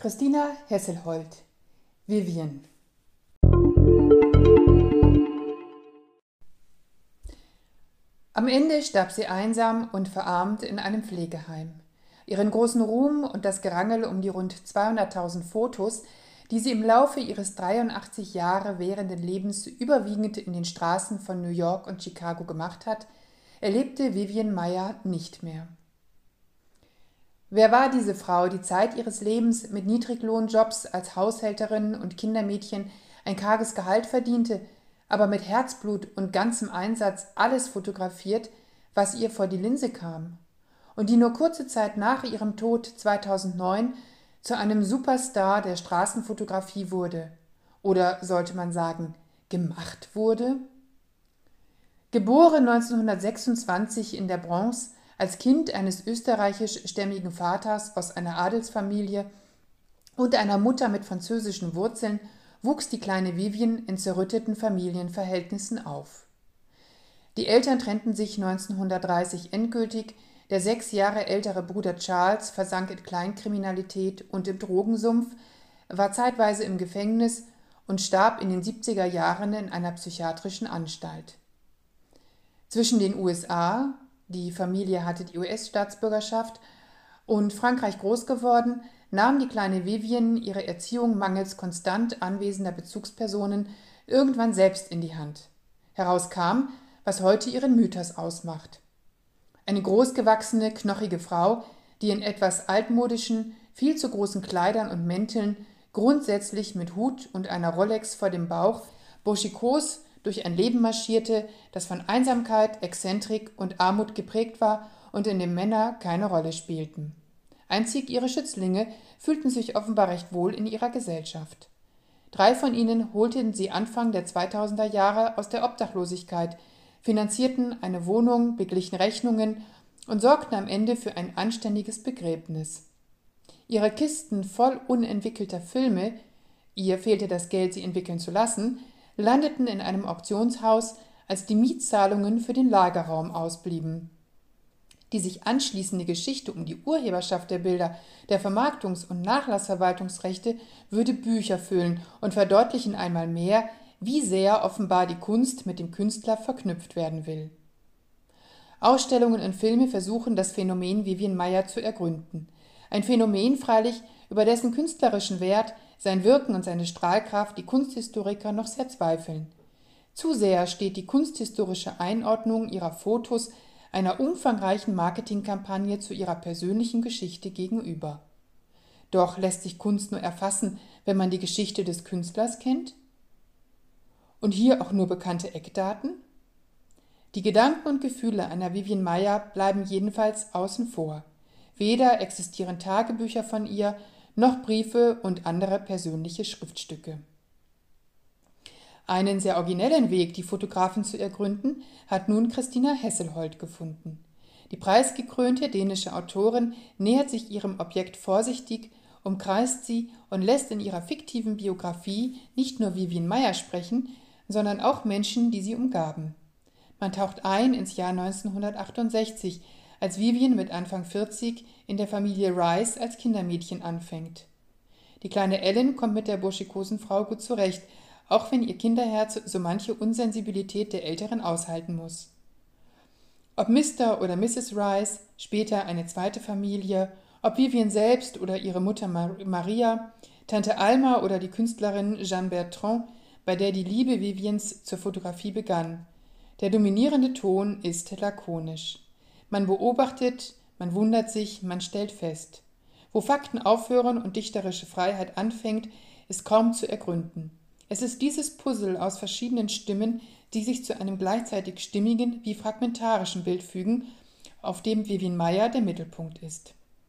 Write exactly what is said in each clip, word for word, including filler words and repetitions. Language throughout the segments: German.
Christina Hesselholdt, Vivian. Am Ende starb sie einsam und verarmt in einem Pflegeheim. Ihren großen Ruhm und das Gerangel um die rund zweihunderttausend Fotos, die sie im Laufe ihres dreiundachtzig Jahre währenden Lebens überwiegend in den Straßen von New York und Chicago gemacht hat, erlebte Vivian Maier nicht mehr. Wer war diese Frau, die Zeit ihres Lebens mit Niedriglohnjobs als Haushälterin und Kindermädchen ein karges Gehalt verdiente, aber mit Herzblut und ganzem Einsatz alles fotografiert, was ihr vor die Linse kam, und die nur kurze Zeit nach ihrem Tod zweitausendneun zu einem Superstar der Straßenfotografie wurde, oder sollte man sagen, gemacht wurde? Geboren neunzehnhundertsechsundzwanzig in der Bronx, als Kind eines österreichischstämmigen Vaters aus einer Adelsfamilie und einer Mutter mit französischen Wurzeln, wuchs die kleine Vivian in zerrütteten Familienverhältnissen auf. Die Eltern trennten sich neunzehnhundertdreißig endgültig, der sechs Jahre ältere Bruder Charles versank in Kleinkriminalität und im Drogensumpf, war zeitweise im Gefängnis und starb in den siebziger Jahren in einer psychiatrischen Anstalt. Zwischen den U S A, die Familie hatte die U S-Staatsbürgerschaft, und Frankreich groß geworden, nahm die kleine Vivian ihre Erziehung mangels konstant anwesender Bezugspersonen irgendwann selbst in die Hand. Heraus kam, was heute ihren Mythos ausmacht. Eine großgewachsene, knochige Frau, die in etwas altmodischen, viel zu großen Kleidern und Mänteln, grundsätzlich mit Hut und einer Rolex vor dem Bauch, burschikos durch ein Leben marschierte, das von Einsamkeit, Exzentrik und Armut geprägt war und in dem Männer keine Rolle spielten. Einzig ihre Schützlinge fühlten sich offenbar recht wohl in ihrer Gesellschaft. Drei von ihnen holten sie Anfang der zweitausender Jahre aus der Obdachlosigkeit, finanzierten eine Wohnung, beglichen Rechnungen und sorgten am Ende für ein anständiges Begräbnis. Ihre Kisten voll unentwickelter Filme, ihr fehlte das Geld, sie entwickeln zu lassen, landeten in einem Auktionshaus, als die Mietzahlungen für den Lagerraum ausblieben. Die sich anschließende Geschichte um die Urheberschaft der Bilder, der Vermarktungs- und Nachlassverwaltungsrechte würde Bücher füllen und verdeutlichen einmal mehr, wie sehr offenbar die Kunst mit dem Künstler verknüpft werden will. Ausstellungen und Filme versuchen, das Phänomen Vivian Maier zu ergründen. Ein Phänomen freilich, über dessen künstlerischen Wert, sein Wirken und seine Strahlkraft die Kunsthistoriker noch sehr zweifeln. Zu sehr steht die kunsthistorische Einordnung ihrer Fotos einer umfangreichen Marketingkampagne zu ihrer persönlichen Geschichte gegenüber. Doch lässt sich Kunst nur erfassen, wenn man die Geschichte des Künstlers kennt? Und hier auch nur bekannte Eckdaten? Die Gedanken und Gefühle einer Vivian Maier bleiben jedenfalls außen vor. Weder existieren Tagebücher von ihr, noch Briefe und andere persönliche Schriftstücke. Einen sehr originellen Weg, die Fotografin zu ergründen, hat nun Christina Hesselholdt gefunden. Die preisgekrönte dänische Autorin nähert sich ihrem Objekt vorsichtig, umkreist sie und lässt in ihrer fiktiven Biografie nicht nur Vivian Maier sprechen, sondern auch Menschen, die sie umgaben. Man taucht ein ins Jahr neunzehnhundertachtundsechzig, als Vivian mit Anfang vierzig in der Familie Rice als Kindermädchen anfängt. Die kleine Ellen kommt mit der burschikosen Frau gut zurecht, auch wenn ihr Kinderherz so manche Unsensibilität der Älteren aushalten muss. Ob Mister oder Misses Rice, später eine zweite Familie, ob Vivian selbst oder ihre Mutter Maria, Tante Alma oder die Künstlerin Jeanne Bertrand, bei der die Liebe Vivians zur Fotografie begann. Der dominierende Ton ist lakonisch. Man beobachtet, man wundert sich, man stellt fest. Wo Fakten aufhören und dichterische Freiheit anfängt, ist kaum zu ergründen. Es ist dieses Puzzle aus verschiedenen Stimmen, die sich zu einem gleichzeitig stimmigen wie fragmentarischen Bild fügen, auf dem Vivian Maier der Mittelpunkt ist.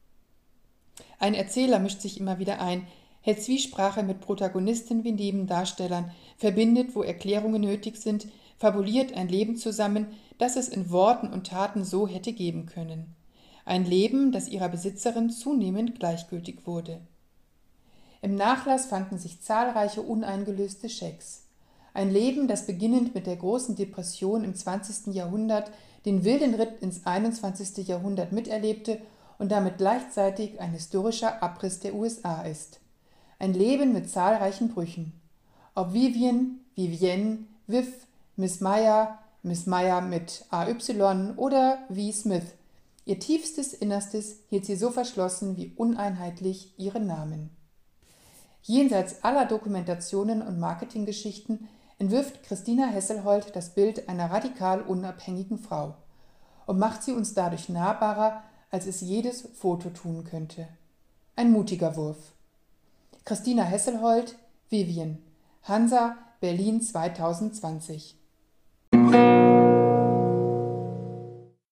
Ein Erzähler mischt sich immer wieder ein, hält Zwiesprache mit Protagonisten wie Nebendarstellern, verbindet, wo Erklärungen nötig sind, fabuliert ein Leben zusammen, das es in Worten und Taten so hätte geben können. Ein Leben, das ihrer Besitzerin zunehmend gleichgültig wurde. Im Nachlass fanden sich zahlreiche uneingelöste Schecks. Ein Leben, das beginnend mit der großen Depression im zwanzigsten Jahrhundert den wilden Ritt ins einundzwanzigste Jahrhundert miterlebte und damit gleichzeitig ein historischer Abriss der U S A ist. ein Leben mit zahlreichen Brüchen. Ob Vivian, Vivienne, Viv, Miss Meyer, Miss Meyer mit A Y oder V. Smith, ihr tiefstes Innerstes hielt sie so verschlossen wie uneinheitlich ihren Namen. Jenseits aller Dokumentationen und Marketinggeschichten entwirft Christina Hesselholdt das Bild einer radikal unabhängigen Frau und macht sie uns dadurch nahbarer, als es jedes Foto tun könnte. Ein mutiger Wurf. Christina Hesselholdt, Vivian, Hansa, Berlin zweitausendzwanzig.